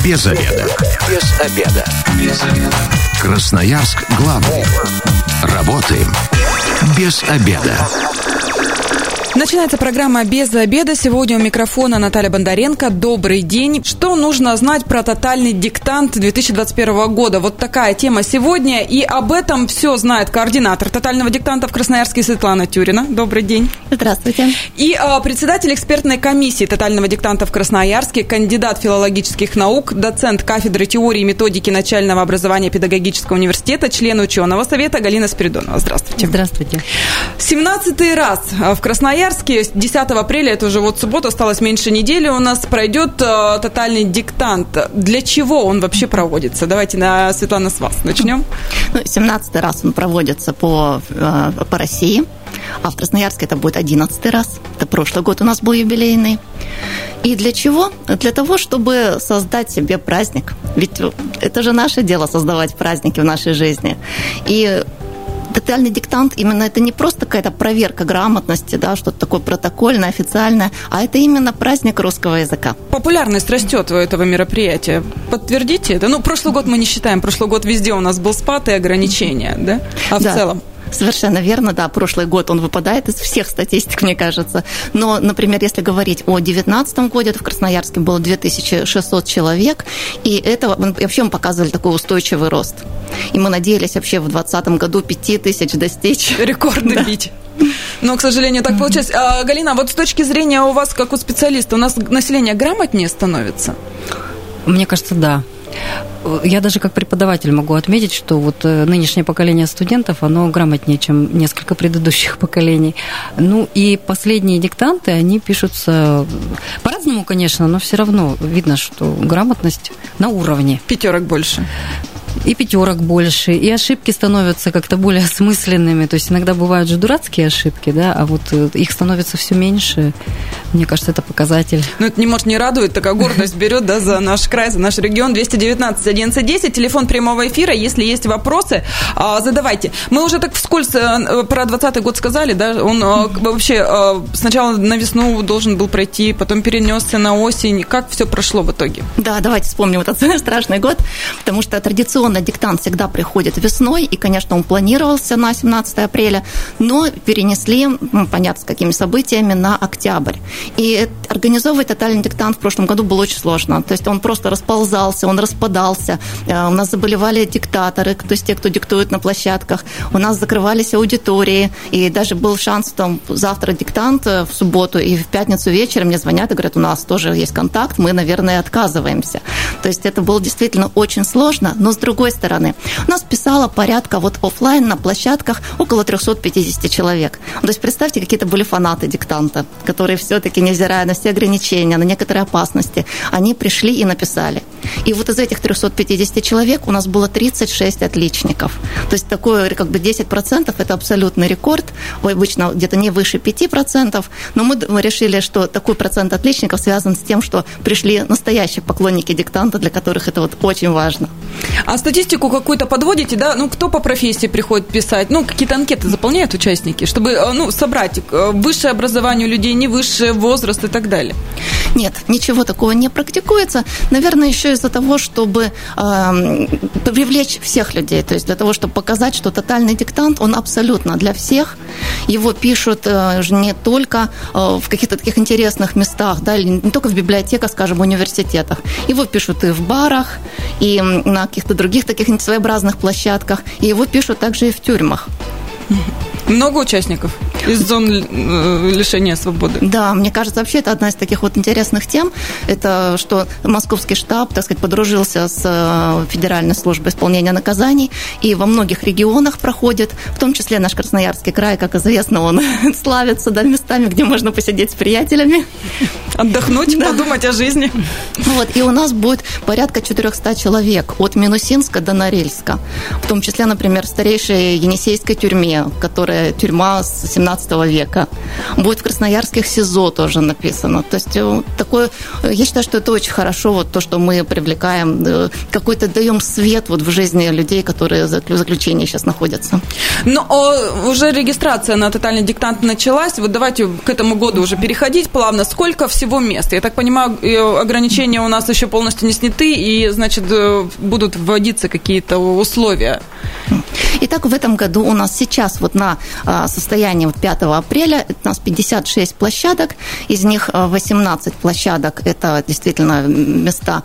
Без обеда. Без обеда. Без обеда. Красноярск главный. Работаем без обеда. Начинается программа «Без обеда». Сегодня у микрофона Наталья Бондаренко. Добрый день. Что нужно знать про тотальный диктант 2021 года? Вот такая тема сегодня. И об этом все знает координатор тотального диктанта в Красноярске Светлана Тюрина. Добрый день. Здравствуйте. И председатель экспертной комиссии тотального диктанта в Красноярске, кандидат филологических наук, доцент кафедры теории и методики начального образования педагогического университета, член ученого совета Галина Спиридонова. Здравствуйте. Здравствуйте. 17-й раз в Красноярске. 10 апреля, это уже вот суббота, осталось меньше недели, у нас пройдет тотальный диктант. Для чего он вообще проводится? Давайте, Светлана, с вас начнем. 17-й раз он проводится по России, а в Красноярске это будет 11-й раз. Это прошлый год у нас был юбилейный. И для чего? Для того, чтобы создать себе праздник. Ведь это же наше дело создавать праздники в нашей жизни. И тотальный диктант, именно это не просто какая-то проверка грамотности, да, что-то такое протокольное, официальное, а это именно праздник русского языка. Популярность растет у этого мероприятия. Подтвердите это? Прошлый год мы не считаем. Прошлый год везде у нас был спад и ограничения, да? А в целом? Совершенно верно, да, прошлый год он выпадает из всех статистик, мне кажется. Но, например, если говорить о 2019 году, то в Красноярске было 2600 человек, и это вообще мы показывали такой устойчивый рост. И мы надеялись вообще в 2020 году 5000 достичь. Рекорды бить. Но, к сожалению, так получилось. Галина, вот с точки зрения у вас, как у специалиста, у нас население грамотнее становится? Мне кажется, да. Я даже как преподаватель могу отметить, что вот нынешнее поколение студентов, оно грамотнее, чем несколько предыдущих поколений. И последние диктанты, они пишутся по-разному, конечно, но все равно видно, что грамотность на уровне. 5 больше. И 5 больше, и ошибки становятся как-то более осмысленными. То есть иногда бывают же дурацкие ошибки, да, а вот их становится все меньше. Мне кажется, это показатель. Это не радует, такая гордость берет, да, за наш край, за наш регион. 219-11-10, телефон прямого эфира. Если есть вопросы, задавайте. Мы уже так вскользь про 2020 год сказали, да, он вообще сначала на весну должен был пройти, потом перенесся на осень. Как все прошло в итоге? Да, давайте вспомним этот страшный год, потому что традиционно диктант всегда приходит весной, и, конечно, он планировался на 17 апреля, но перенесли, понятно, с какими событиями, на октябрь. И организовывать тотальный диктант в прошлом году было очень сложно. То есть он просто расползался, он распадался. У нас заболевали диктаторы, то есть те, кто диктует на площадках. У нас закрывались аудитории, и даже был шанс, завтра диктант в субботу, и в пятницу вечером мне звонят и говорят, у нас тоже есть контакт, мы, наверное, отказываемся. То есть это было действительно очень сложно, но с другой стороны, у нас писало порядка офлайн на площадках около 350 человек. То есть представьте, какие-то были фанаты диктанта, которые все-таки, невзирая на все ограничения, на некоторые опасности, они пришли и написали. И вот из этих 350 человек у нас было 36 отличников. То есть такое 10% это абсолютный рекорд. Обычно где-то не выше 5%, но мы решили, что такой процент отличников связан с тем, что пришли настоящие поклонники диктанта, для которых это очень важно. А статистику какую-то подводите, да? Кто по профессии приходит писать? Какие-то анкеты заполняют участники, чтобы, собрать высшее образование у людей, не высшее, возраст и так далее? Нет, ничего такого не практикуется. Наверное, еще из-за того, чтобы привлечь всех людей, то есть для того, чтобы показать, что тотальный диктант, он абсолютно для всех. Его пишут не только в каких-то таких интересных местах, да, не только в библиотеках, скажем, в университетах. Его пишут и в барах, и на каких-то других таких своеобразных площадках, и его пишут также и в тюрьмах. Много участников из зон лишения свободы? Да, мне кажется, вообще это одна из таких интересных тем. Это что московский штаб, так сказать, подружился с Федеральной службой исполнения наказаний, и во многих регионах проходит, в том числе наш Красноярский край, как известно, он славится, да, местами, где можно посидеть с приятелями. Отдохнуть, да. Подумать о жизни. И у нас будет порядка 400 человек от Минусинска до Норильска. В том числе, например, в старейшей Енисейской тюрьме, которая тюрьма с 17 XVII века. Будет в красноярских СИЗО тоже написано. То есть такое, я считаю, что это очень хорошо, вот то, что мы привлекаем, какой-то даем свет вот в жизни людей, которые в заключении сейчас находятся. Но уже регистрация на тотальный диктант началась. Вот давайте к этому году уже переходить плавно. Сколько всего мест? Я так понимаю, ограничения у нас еще полностью не сняты, и, значит, будут вводиться какие-то условия. Итак, в этом году у нас сейчас вот на состояние 5 апреля у нас 56 площадок, из них 18 площадок – это действительно места,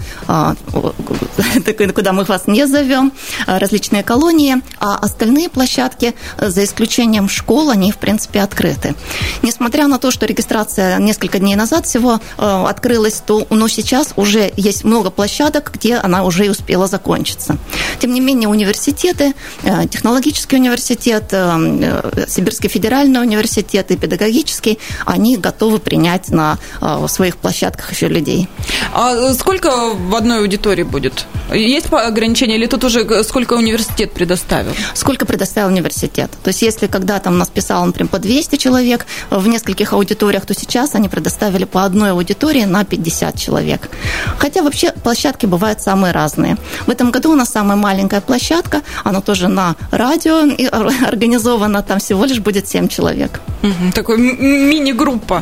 куда мы вас не зовем, различные колонии, а остальные площадки, за исключением школ, они, в принципе, открыты. Несмотря на то, что регистрация несколько дней назад всего открылась, но сейчас уже есть много площадок, где она уже и успела закончиться. Тем не менее, университеты, технологический университет, Сибирский федеральный университет и педагогический, они готовы принять на своих площадках еще людей. А сколько в одной аудитории будет? Есть ограничения или тут уже сколько университет предоставил? Сколько предоставил университет. То есть если когда-то у нас писало, например, по 200 человек в нескольких аудиториях, то сейчас они предоставили по одной аудитории на 50 человек. Хотя вообще площадки бывают самые разные. В этом году у нас самая маленькая площадка, она тоже на радио организована, там всего лишь будет 7 человек. Такой мини-группа.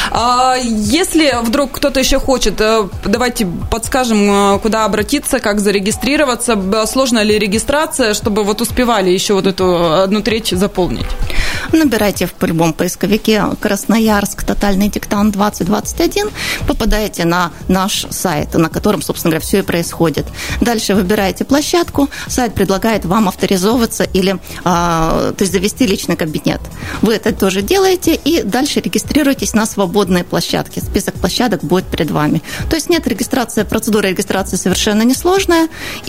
Если вдруг кто-то еще хочет, давайте подскажем, куда обратиться, как зарегистрироваться, сложна ли регистрация, чтобы вот успевали еще вот эту 1/3 заполнить? Набирайте в любом поисковике «Красноярск. Тотальный диктант 2021», попадаете на наш сайт, на котором, собственно говоря, все и происходит. Дальше выбираете площадку, сайт предлагает вам авторизовываться или то есть завести личный кабинет. Вы это тоже делаете и дальше регистрируетесь на свободные площадки. Список площадок будет перед вами. То есть нет, процедура регистрации совершенно несложная,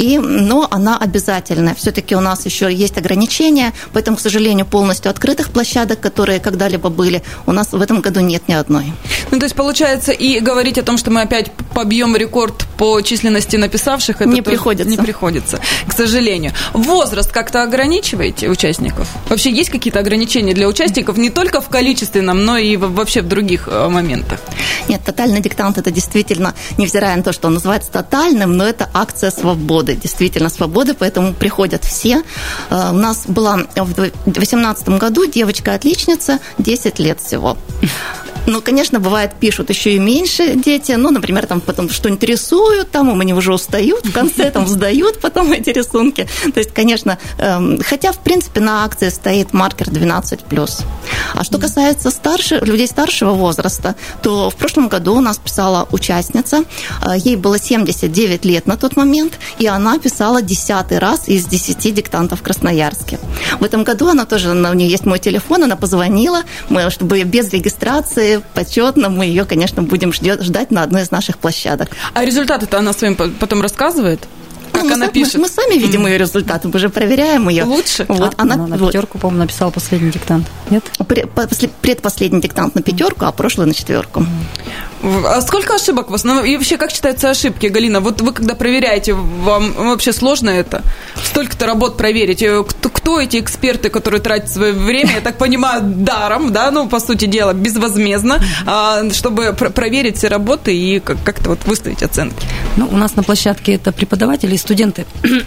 но она обязательная. Все-таки у нас еще есть ограничения, поэтому, к сожалению, полностью открытых площадок, которые когда-либо были, у нас в этом году нет ни одной. То есть, получается, и говорить о том, что мы опять побьем рекорд по численности написавших, это не приходится, к сожалению. Возраст как-то ограничиваете участников? Вообще есть какие-то ограничения для участников не только в количественном, но и вообще в других моментах? Нет, тотальный диктант – это действительно, невзирая на то, что он называется тотальным, но это акция свободы, действительно свободы, поэтому приходят все. У нас была в 2018 году девочка-отличница, 10 лет всего. Ну, конечно, бывает, пишут еще и меньше дети, например, там потом что-нибудь рисуют, там они уже устают, в конце там сдают потом эти рисунки. То есть, конечно, хотя, в принципе, на акции стоит маркер 12+. А что касается людей старшего возраста, то в прошлом году у нас писала участница, ей было 79 лет на тот момент, и она писала 10-й раз из 10 диктантов в Красноярске. В этом году она тоже, у нее есть мой телефон, она позвонила, чтобы без регистрации, почетно мы ее, конечно, будем ждать на одной из наших площадок. А результаты-то она своим потом рассказывает? Как она пишет? Мы сами видим ее результаты, мы же проверяем ее. Лучше? Вот, она на 5, по-моему, написала последний диктант. Нет? Предпоследний диктант на 5, а прошлый на 4. А сколько ошибок у вас? И вообще, как считаются ошибки, Галина? Вот вы, когда проверяете, вам вообще сложно это? Столько-то работ проверить. Кто эти эксперты, которые тратят свое время, я так понимаю, даром, да, по сути дела, безвозмездно, чтобы проверить все работы и как-то выставить оценки? У нас на площадке это преподаватели и студенты.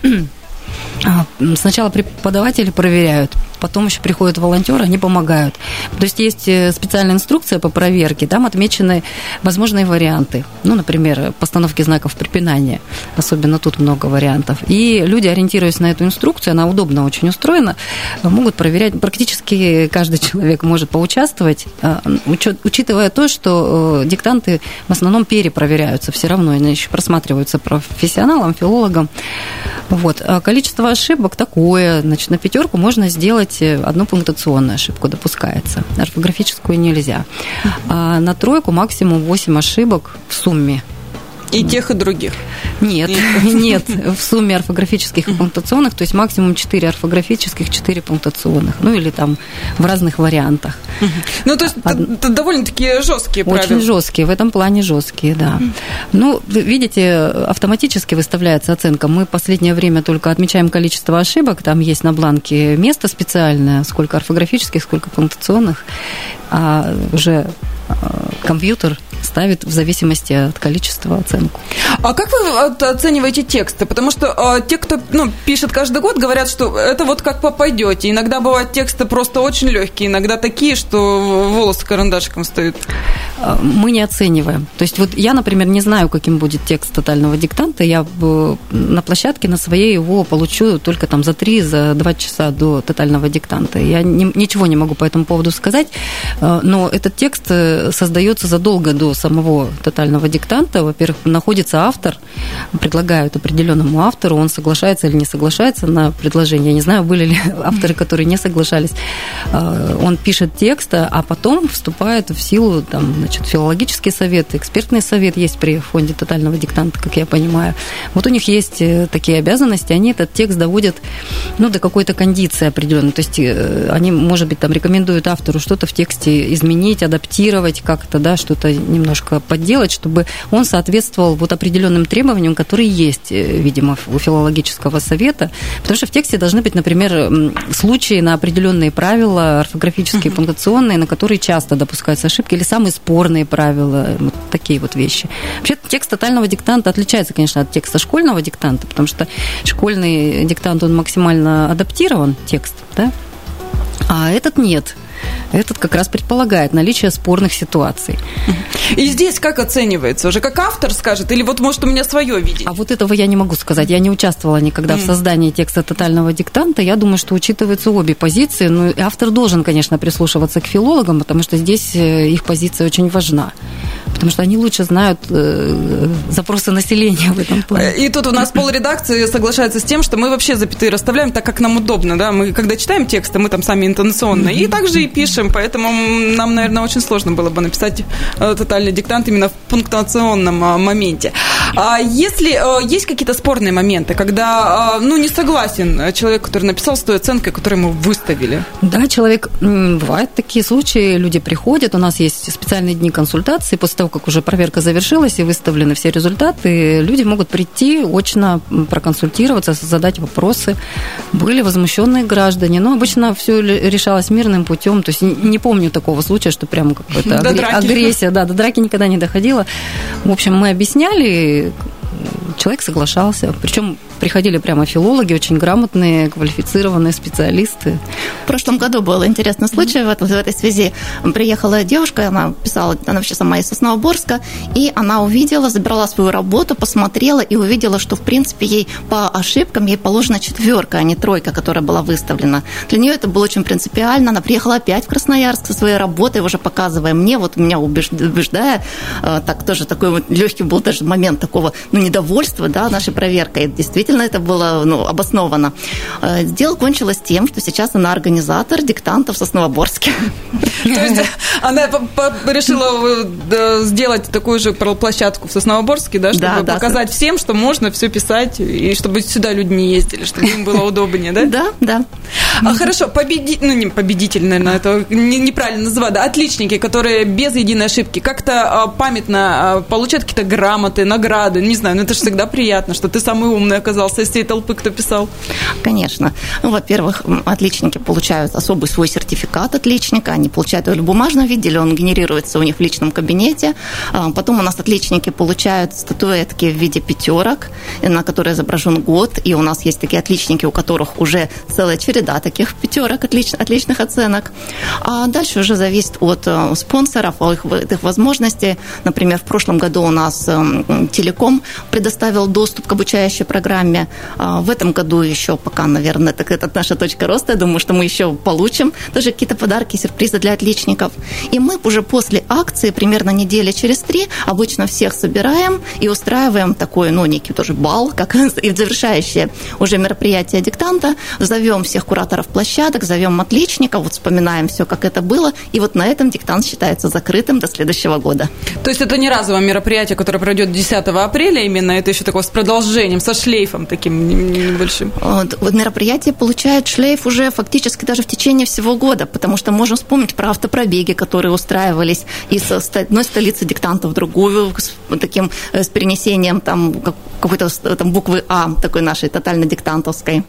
Сначала преподаватели проверяют, потом еще приходят волонтеры, они помогают. То есть есть специальная инструкция по проверке, там отмечены возможные варианты. Например, постановки знаков препинания, особенно тут много вариантов. И люди, ориентируясь на эту инструкцию, она удобно очень устроена, могут проверять. Практически каждый человек может поучаствовать, учитывая то, что диктанты в основном перепроверяются все равно, они еще просматриваются профессионалом, филологом. Количество ошибок такое, значит, на 5 можно сделать 1 пунктуационную ошибку, допускается. Орфографическую нельзя. А на 3 максимум 8 ошибок в сумме. И тех, и других? Нет, нет. В сумме орфографических и пунктуационных, то есть максимум 4 орфографических, 4 пунктуационных. Ну, или там в разных вариантах. Ну, то есть это довольно-таки жесткие правила. Очень жесткие, в этом плане жесткие, да. Ну, видите, автоматически выставляется оценка. Мы в последнее время только отмечаем количество ошибок. Там есть на бланке место специальное, сколько орфографических, сколько пунктуационных. А уже компьютер ставит в зависимости от количества оценку. А как вы оцениваете тексты? Потому что те, кто пишет каждый год, говорят, что это вот как попадете. Иногда бывают тексты просто очень легкие, иногда такие, что волосы карандашиком встают. Мы не оцениваем. То есть вот я, например, не знаю, каким будет текст тотального диктанта. Я на площадке на своей его получу только там за 2 часа до тотального диктанта. Я ничего не могу по этому поводу сказать, но этот текст создается задолго до самого тотального диктанта. Во-первых, находится автор, предлагают определенному автору, он соглашается или не соглашается на предложение. Я не знаю, были ли авторы, которые не соглашались. Он пишет текст, а потом вступает в силу там, значит, филологический совет, экспертный совет есть при фонде тотального диктанта, как я понимаю. Вот у них есть такие обязанности, они этот текст доводят до какой-то кондиции определенной. То есть они, может быть, там рекомендуют автору что-то в тексте изменить, адаптировать как-то, да, что-то немножко подделать, чтобы он соответствовал вот определенным требованиям, которые есть, видимо, у филологического совета. Потому что в тексте должны быть, например, случаи на определенные правила, орфографические, пунктуационные, на которые часто допускаются ошибки, или самые спорные правила, вот такие вот вещи. Вообще текст тотального диктанта отличается, конечно, от текста школьного диктанта, потому что школьный диктант, он максимально адаптирован, текст, да? А этот нет. Этот как раз предполагает наличие спорных ситуаций. И здесь как оценивается? Уже как автор скажет? Или вот, может, у меня свое видение? А вот этого я не могу сказать. Я не участвовала никогда в создании текста тотального диктанта. Я думаю, что учитываются обе позиции. Но автор должен, конечно, прислушиваться к филологам, потому что здесь их позиция очень важна. Потому что они лучше знают запросы населения в этом плане. И тут у нас полредакции соглашается с тем, что мы вообще запятые расставляем так, как нам удобно. Да? Мы, когда читаем тексты, мы там сами интонационно. И также и пишем. Поэтому нам, наверное, очень сложно было бы написать тотальный диктант именно в пунктуационном моменте. А если есть какие-то спорные моменты, когда не согласен человек, который написал с той оценкой, которую ему выставили? Да, человек... Бывают такие случаи, люди приходят, у нас есть специальные дни консультации, после того, как уже проверка завершилась и выставлены все результаты, люди могут прийти очно проконсультироваться, задать вопросы. Были возмущенные граждане, но обычно все решалось мирным путем, то есть не помню такого случая, что прямо какая-то агрессия, да, до драки никогда не доходило. В общем, мы объясняли, человек соглашался. Причем приходили прямо филологи, очень грамотные, квалифицированные специалисты. В прошлом году был интересный случай в этой связи. Приехала девушка, она вообще сама из Сосновоборска, и она увидела, забрала свою работу, посмотрела и увидела, что, в принципе, ей по ошибкам ей положена 4, а не 3, которая была выставлена. Для нее это было очень принципиально. Она приехала опять в Красноярск со своей работой, уже показывая мне, вот меня убеждая, так тоже такой вот легкий был даже момент такого, недовольства, да, нашей проверкой. Действительно, это было обосновано. Дело кончилось тем, что сейчас она организатор диктанта в Сосновоборске. То есть она решила сделать такую же площадку в Сосновоборске, да, чтобы показать всем, что можно все писать, и чтобы сюда люди не ездили, чтобы им было удобнее, да? Да. Хорошо, не победитель, наверное, это неправильно называть, да, отличники, которые без единой ошибки как-то памятно получают какие-то грамоты, награды, не знаю, но это же всегда приятно, что ты самый умный оказался из всей толпы, кто писал. Конечно. Во-первых, отличники получают особый свой сертификат отличника, они получают его в бумажном виде, или он генерируется у них в личном кабинете. Потом у нас отличники получают статуэтки в виде 5, на которой изображен год, и у нас есть такие отличники, у которых уже целая череда таких 5 отличных оценок. А дальше уже зависит от спонсоров, от их возможностей. Например, в прошлом году у нас Телеком предоставил доступ к обучающей программе, диктантами. В этом году еще пока, наверное, это наша точка роста. Я думаю, что мы еще получим тоже какие-то подарки, сюрпризы для отличников. И мы уже после акции, примерно недели через 3, обычно всех собираем и устраиваем такой, некий тоже бал, как и завершающее уже мероприятие диктанта. Зовем всех кураторов площадок, зовем отличников, вспоминаем все, как это было. И вот на этом диктант считается закрытым до следующего года. То есть это не разовое мероприятие, которое пройдет 10 апреля, именно это еще такое с продолжением, со шлейфом таким небольшим? Вот мероприятие получает шлейф уже фактически даже в течение всего года, потому что можем вспомнить про автопробеги, которые устраивались из одной столицы диктанта в другую, с перенесением какой-то буквы А, такой нашей тотально диктантовской.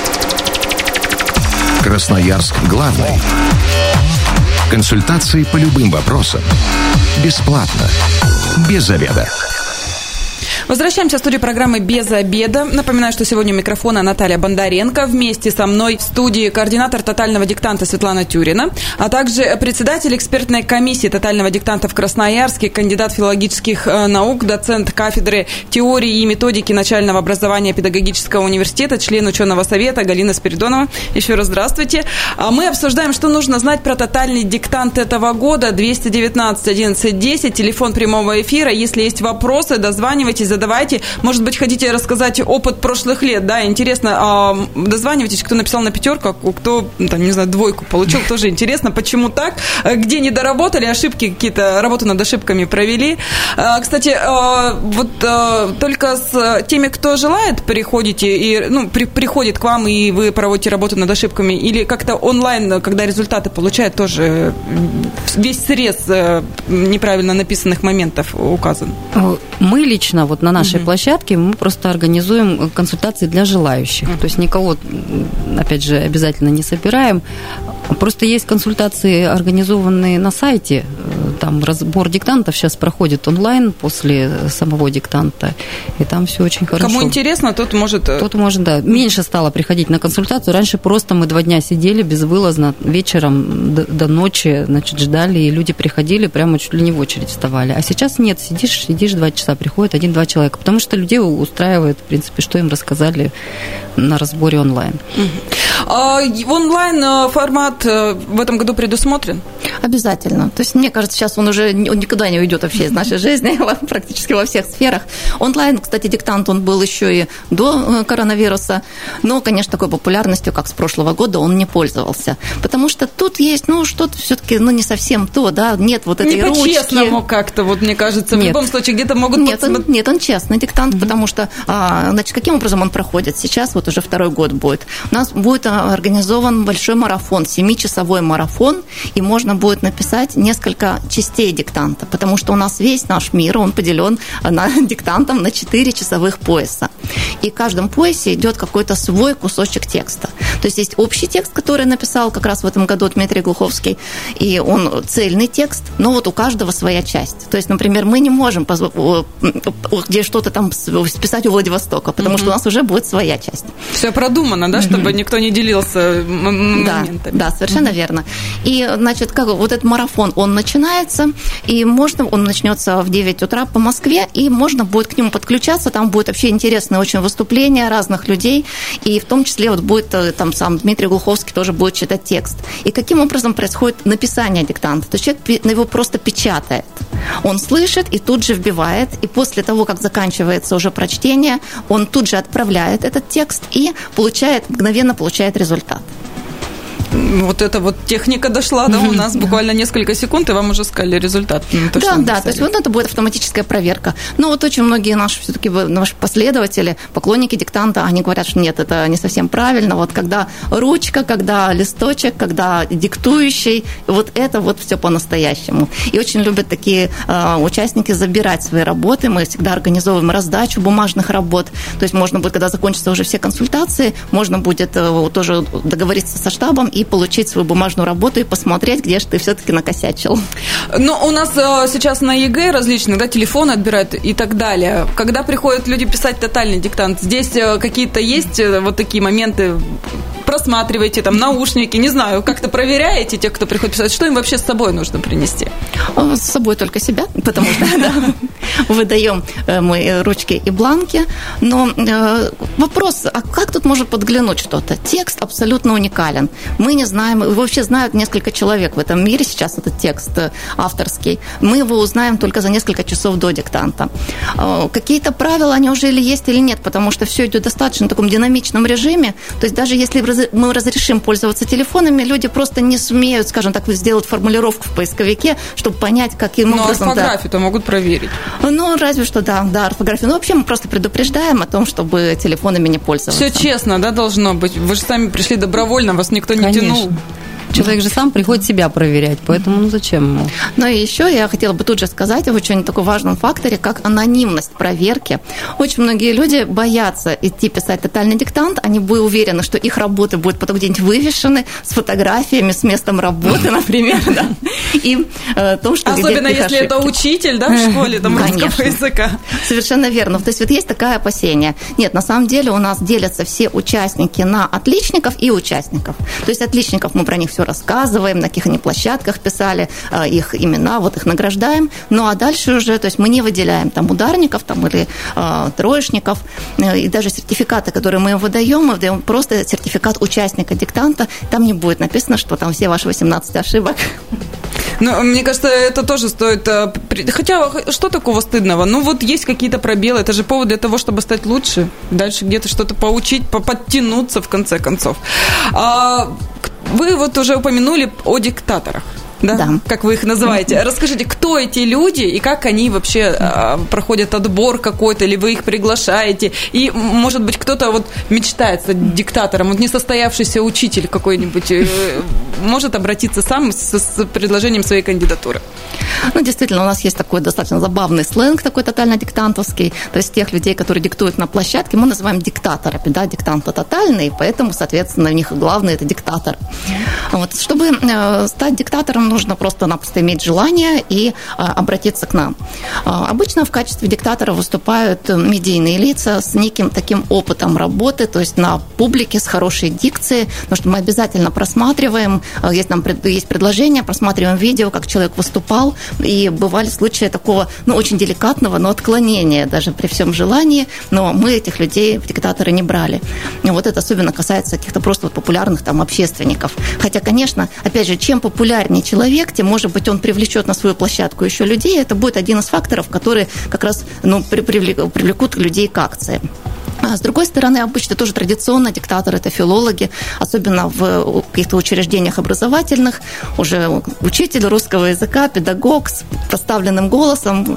Красноярск главный. Консультации по любым вопросам. Бесплатно. Без обеда. Возвращаемся в студию программы «Без обеда». Напоминаю, что сегодня у микрофона Наталья Бондаренко. Вместе со мной в студии координатор тотального диктанта Светлана Тюрина, а также председатель экспертной комиссии тотального диктанта в Красноярске, кандидат филологических наук, доцент кафедры теории и методики начального образования Педагогического университета, член ученого совета Галина Спиридонова. Еще раз здравствуйте. Мы обсуждаем, что нужно знать про тотальный диктант этого года. 219 11 10, телефон прямого эфира. Если есть вопросы, дозванивайтесь, задавайте. Может быть, хотите рассказать опыт прошлых лет, да, интересно, дозванивайтесь, кто написал на 5, кто, 2 получил, тоже интересно, почему так, где не доработали, ошибки какие-то, работу над ошибками провели. Кстати, только с теми, кто желает, приходит к вам, и вы проводите работу над ошибками, или как-то онлайн, когда результаты получают, тоже весь срез неправильно написанных моментов указан? Мы лично на нашей площадке мы просто организуем консультации для желающих. То есть никого, опять же, обязательно не собираем. Просто есть консультации, организованные на сайте. Там разбор диктантов сейчас проходит онлайн после самого диктанта. И там все очень хорошо. Кому интересно, тот может, да. Меньше стало приходить на консультацию. Раньше просто мы 2 дня сидели безвылазно, вечером до ночи, ждали, и люди приходили, прямо чуть ли не в очередь вставали. А сейчас нет, сидишь 2 часа, приходит 1-2 человека, потому что людей устраивает, в принципе, что им рассказали на разборе онлайн. Онлайн формат в этом году предусмотрен? Обязательно. То есть, мне кажется, сейчас он никуда не уйдет вообще из нашей жизни, практически во всех сферах. Онлайн, кстати, диктант, он был еще и до коронавируса, но, конечно, такой популярностью, как с прошлого года, он не пользовался. Потому что тут есть, что-то все-таки, не совсем то, да, нет вот этой ручки. Не по-честному как-то, мне кажется, в любом случае где-то могут... Нет, он честный диктант, потому что, каким образом он проходит? Сейчас уже 2-й год будет. У нас будет организован большой марафон, 7-часовой марафон, и можно будет написать несколько частей диктанта, потому что у нас весь наш мир, он поделен диктантом на 4 часовых пояса. И в каждом поясе идет какой-то свой кусочек текста. То есть есть общий текст, который написал как раз в этом году Дмитрий Глуховский, и он цельный текст, но у каждого своя часть. То есть, например, мы не можем где что-то там списать у Владивостока, потому что у нас уже будет своя часть. Все продумано, да, чтобы никто не делился моментами. Да, совершенно верно. И, этот марафон, он начинается, и он начнется в 9 утра по Москве, и можно будет к нему подключаться, там будет вообще интересное очень выступление разных людей, и в том числе будет там сам Дмитрий Глуховский тоже будет читать текст. И каким образом происходит написание диктанта? То есть человек его просто печатает. Он слышит и тут же вбивает, и после того, как заканчивается уже прочтение, он тут же отправляет этот текст и мгновенно получает результат. Вот эта техника дошла, да, у нас буквально несколько секунд, и вам уже сказали результат. Да, то есть это будет автоматическая проверка. Но очень многие наши последователи, поклонники диктанта, они говорят, что нет, это не совсем правильно. Когда ручка, когда листочек, когда диктующий, это все по-настоящему. И очень любят такие участники забирать свои работы. Мы всегда организовываем раздачу бумажных работ. То есть можно будет, когда закончатся уже все консультации, можно будет тоже договориться со штабом и получить свою бумажную работу и посмотреть, где же ты все-таки накосячил. У нас сейчас на ЕГЭ различные, да, телефоны отбирают и так далее. Когда приходят люди писать тотальный диктант, здесь какие-то есть такие моменты? Просматриваете наушники, не знаю, как-то проверяете тех, кто приходит писать, что им вообще с собой нужно принести? С собой только себя, потому что выдаем мы ручки и бланки. Но вопрос, а как тут может подглянуть что-то? Текст абсолютно уникален. Мы не знаем, вообще знают несколько человек в этом мире сейчас этот текст авторский. Мы его узнаем только за несколько часов до диктанта. Какие-то правила, они уже есть или нет, потому что все идет в достаточно таком динамичном режиме. То есть даже если мы разрешим пользоваться телефонами, люди просто не сумеют, скажем так, сделать формулировку в поисковике, чтобы понять, каким образом... Но орфографию-то могут проверить. Ну, разве что, да, орфографию. Но вообще мы просто предупреждаем о том, чтобы телефонами не пользоваться. Все честно, да, должно быть? Вы же сами пришли добровольно, вас никто не тянул. Человек же сам приходит себя проверять, поэтому зачем ему? Ну и еще я хотела бы тут же сказать о очень таком важном факторе, как анонимность проверки. Очень многие люди боятся идти писать тотальный диктант, они будут уверены, что их работы будут потом где-нибудь вывешены с фотографиями, с местом работы, например, да. И то, что особенно если это учитель, да, в школе там русского языка. Совершенно верно. То есть вот есть такое опасение. Нет, на самом деле у нас делятся все участники на отличников и участников. То есть отличников мы про них все рассказываем, на каких они площадках писали, их имена, вот их награждаем. Ну, а дальше уже, то есть мы не выделяем там ударников там, или троечников, и даже сертификаты, которые мы им выдаем просто сертификат участника диктанта, там не будет написано, что там все ваши 18 ошибок. Ну, мне кажется, это тоже стоит... Хотя, что такого стыдного? Ну, вот есть какие-то пробелы, это же повод для того, чтобы стать лучше, дальше где-то что-то поучить, подтянуться, в конце концов. Вы вот уже упомянули о диктаторах. Да? Как вы их называете. Расскажите, кто эти люди и как они вообще проходят отбор какой-то, или вы их приглашаете? И, может быть, кто-то вот мечтает стать диктатором, вот несостоявшийся учитель какой-нибудь может обратиться сам с предложением своей кандидатуры? Ну, действительно, у нас есть такой достаточно забавный сленг, такой тотально-диктантовский. То есть тех людей, которые диктуют на площадке, мы называем диктаторами. Да, диктант тотальный, поэтому, соответственно, у них главный – это диктатор. Вот. Чтобы стать диктатором, нужно просто-напросто иметь желание и обратиться к нам. Обычно в качестве диктатора выступают медийные лица с неким таким опытом работы, то есть на публике с хорошей дикцией, потому что мы обязательно просматриваем, есть предложение, просматриваем видео, как человек выступал, и бывали случаи такого, очень деликатного, но отклонения, даже при всем желании, но мы этих людей в диктаторы не брали. И вот это особенно касается каких-то просто популярных там общественников. Хотя, конечно, опять же, чем популярнее человек, тем, может быть, он привлечет на свою площадку еще людей. Это будет один из факторов, которые как раз привлекут людей к акции. А с другой стороны, обычно тоже традиционно диктаторы – это филологи, особенно в каких-то учреждениях образовательных, уже учитель русского языка, педагог с проставленным голосом,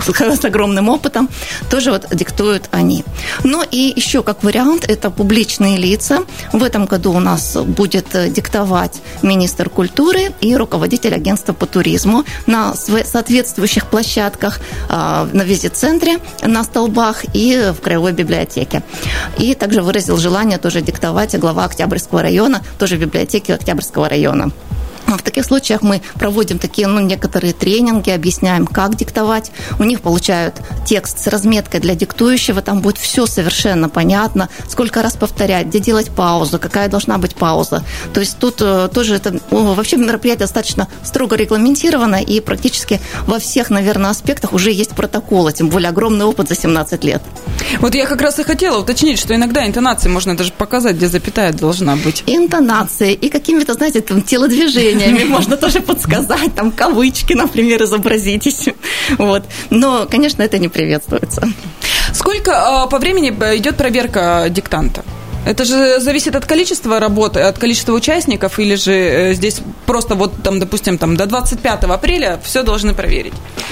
с огромным опытом, тоже вот диктуют они. Ну и еще как вариант – это публичные лица. В этом году у нас будет диктовать министр культуры и руководитель агентства по туризму на соответствующих площадках, на визит-центре, на столбах и в краевой библиотеке. И также выразил желание тоже диктовать глава Октябрьского района, тоже в библиотеке Октябрьского района. В таких случаях мы проводим такие, некоторые тренинги, объясняем, как диктовать. У них получают текст с разметкой для диктующего, там будет все совершенно понятно, сколько раз повторять, где делать паузу, какая должна быть пауза. То есть тут тоже это вообще мероприятие достаточно строго регламентировано, и практически во всех, наверное, аспектах уже есть протоколы, тем более огромный опыт за 17 лет. Вот я как раз и хотела уточнить, что иногда интонации можно даже показать, где запятая должна быть. И интонации, и какими-то, знаете, там, телодвижениями можно тоже подсказать, там, кавычки, например, изобразить. Вот. Но, конечно, это не приветствуется. Сколько по времени идет проверка диктанта? Это же зависит от количества работы, от количества участников, или же здесь просто вот, там, допустим, там, до 25 апреля все должны проверить?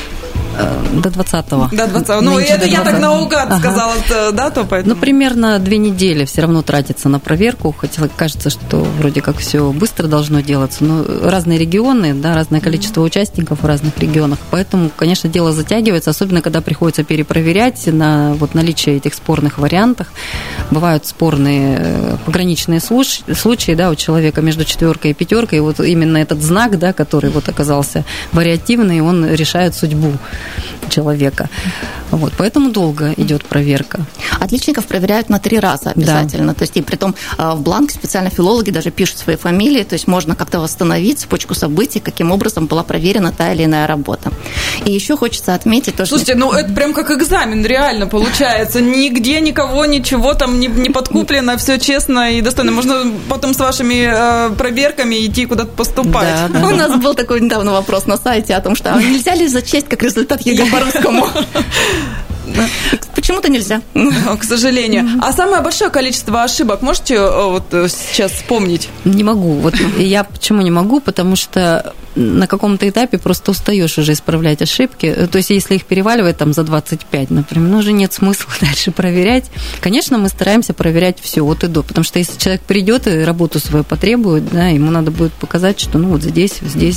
До 20-го. До 20-го. Ну, это я так наугад сказала, да, то поэтому... Примерно 2 недели все равно тратится на проверку, хотя кажется, что вроде как все быстро должно делаться, но разные регионы, да, разное количество участников в разных регионах, поэтому, конечно, дело затягивается, особенно когда приходится перепроверять на вот наличие этих спорных вариантов. Бывают спорные пограничные случаи, да, у человека между 4 и 5, и вот именно этот знак, да, который вот оказался вариативный, он решает судьбу человека. Вот, поэтому долго идет проверка. Отличников проверяют на 3 раза обязательно. Да. То есть, и притом в бланке специально филологи даже пишут свои фамилии, то есть можно как-то восстановить цепочку событий, каким образом была проверена та или иная работа. И еще хочется отметить то, что... Слушайте, ну это прям как экзамен реально получается. Нигде никого, ничего там не подкуплено, все честно и достойно. Можно потом с вашими проверками идти куда-то поступать. Да. У нас был такой недавно вопрос на сайте о том, что нельзя ли зачесть как результат ЕГЭ по-русскому? Почему-то нельзя. К сожалению. А самое большое количество ошибок можете вот сейчас вспомнить? Не могу. Вот я почему не могу? Потому что на каком-то этапе просто устаешь уже исправлять ошибки. То есть, если их переваливать там за 25, например, ну, уже нет смысла дальше проверять. Конечно, мы стараемся проверять все от и до, потому что если человек придет и работу свою потребует, да, ему надо будет показать, что ну вот здесь.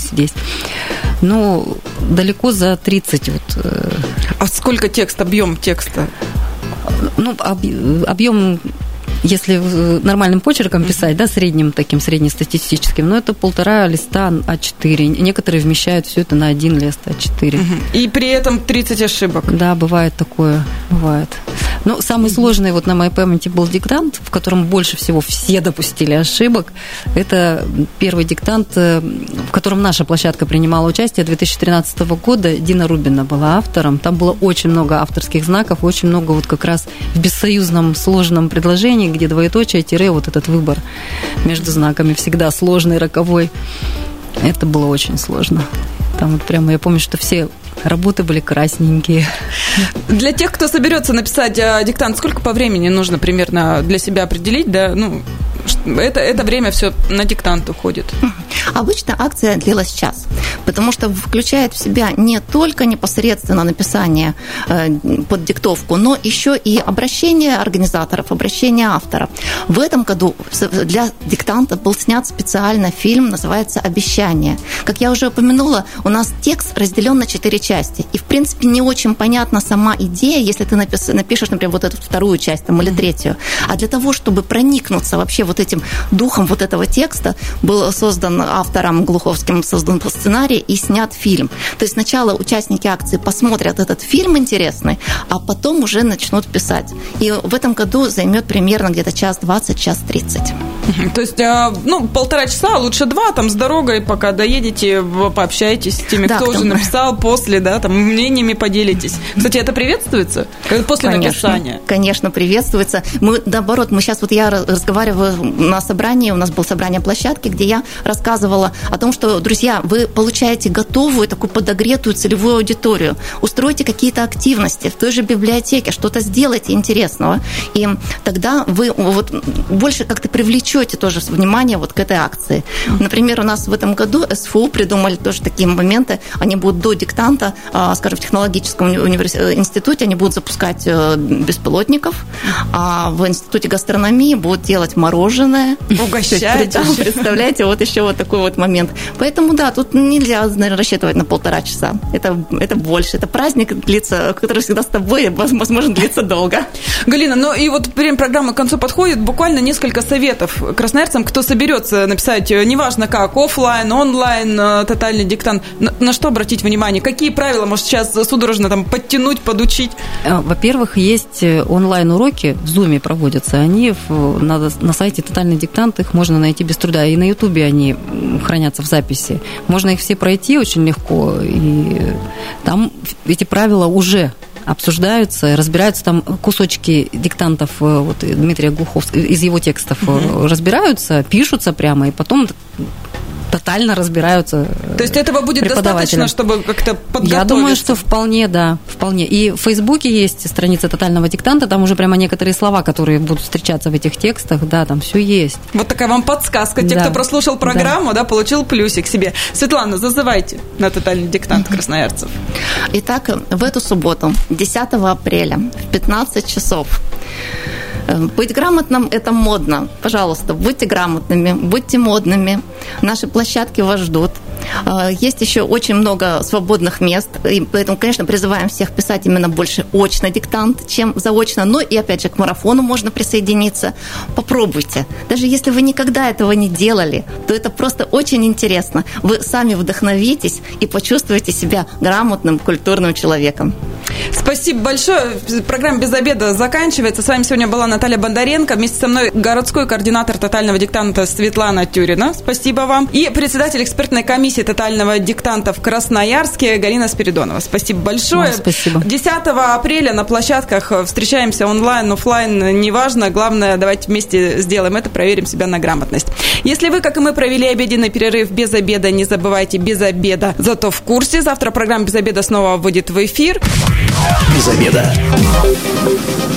Ну, далеко за 30 вот. А сколько текста, объем текста? Ну, объем, если нормальным почерком писать, да, средним таким, среднестатистическим, это 1,5 листа А4. Некоторые вмещают все это на 1 лист А4. И при этом 30 ошибок. Да, бывает такое, бывает. Но самый сложный вот на моей памяти был диктант, в котором больше всего все допустили ошибок. Это первый диктант, в котором наша площадка принимала участие 2013 года. Дина Рубина была автором. Там было очень много авторских знаков, очень много вот как раз в бессоюзном сложном предложении, где двоеточие, тире, вот этот выбор между знаками всегда сложный, роковой. Это было очень сложно. Там вот прямо я помню, что все работы были красненькие. Для тех, кто соберется написать диктант, сколько по времени нужно примерно для себя определить? Да, ну, это время все на диктант уходит. Обычно акция длилась час, потому что включает в себя не только непосредственно написание под диктовку, но еще и обращение организаторов, обращение автора. В этом году для диктанта был снят специально фильм, называется «Обещание». Как я уже упомянула, у нас текст разделен на 4 части. И, в принципе, не очень понятна сама идея, если ты напишешь, например, вот эту вторую часть там, или третью. А для того, чтобы проникнуться вообще вот этим духом вот этого текста, был создан автором Глуховским создан сценарий и снят фильм. То есть сначала участники акции посмотрят этот фильм интересный, а потом уже начнут писать. И в этом году займет примерно где-то час 20, час 30. То есть, ну, 1,5 часа, а лучше 2, там, с дорогой, пока доедете, пообщаетесь с теми, кто уже написал, после, да, там, мнениями поделитесь. Кстати, это приветствуется после написания? Конечно, приветствуется. Мы, наоборот, сейчас вот я разговариваю на собрании, у нас было собрание площадки, где я рассказывала о том, что, друзья, вы получаете готовую, такую подогретую целевую аудиторию, устройте какие-то активности в той же библиотеке, что-то сделайте интересного, и тогда вы вот больше как-то привлечете тоже внимание вот к этой акции. Например, у нас в этом году СФУ придумали тоже такие моменты, они будут до диктанта, скажем, в технологическом институте они будут запускать беспилотников, а в институте гастрономии будут делать мороженое. Угощать. Представляете, вот еще вот такой вот момент. Поэтому, да, тут нельзя, наверное, рассчитывать на 1,5 часа. Это больше. Это праздник длится, который всегда с тобой, возможно, длится долго. Галина, ну и вот время программы к концу подходит. Буквально несколько советов красноярцам, кто соберется написать, неважно как, офлайн, онлайн, тотальный диктант, на что обратить внимание? Какие правила, может, сейчас судорожно там подтянуть, подучить? Во-первых, есть онлайн-уроки, в Zoom проводятся, они на сайте «Тотальный диктант», их можно найти без труда, и на Ютубе они хранятся в записи. Можно их все пройти очень легко, и там эти правила уже обсуждаются, разбираются, там кусочки диктантов вот, Дмитрия Глуховского, из его текстов разбираются, пишутся прямо, и потом тотально разбираются. То есть этого будет достаточно, чтобы как-то подготовиться? Я думаю, что вполне, да, вполне. И в Фейсбуке есть страница тотального диктанта, там уже прямо некоторые слова, которые будут встречаться в этих текстах, да, там все есть. Вот такая вам подсказка. Те, кто прослушал программу, да, получил плюсик себе. Светлана, зазывайте на тотальный диктант красноярцев. Итак, в эту субботу, 10 апреля, в 15 часов, быть грамотным – это модно. Пожалуйста, будьте грамотными, будьте модными. Наши площадки вас ждут. Есть еще очень много свободных мест, и поэтому, конечно, призываем всех писать именно больше очно диктант, чем заочно, но и, опять же, к марафону можно присоединиться. Попробуйте. Даже если вы никогда этого не делали, то это просто очень интересно. Вы сами вдохновитесь и почувствуете себя грамотным, культурным человеком. Спасибо большое. Программа «Без обеда» заканчивается. С вами сегодня была Наталья Бондаренко. Вместе со мной городской координатор тотального диктанта Светлана Тюрина. Спасибо вам. И председатель экспертной комиссии тотального диктанта в Красноярске Галина Спиридонова. Спасибо большое. Спасибо. 10 апреля на площадках встречаемся онлайн, офлайн, неважно. Главное, давайте вместе сделаем это, проверим себя на грамотность. Если вы, как и мы, провели обеденный перерыв без обеда, не забывайте, без обеда, зато в курсе. Завтра программа «Без обеда» снова выйдет в эфир. Без обеда.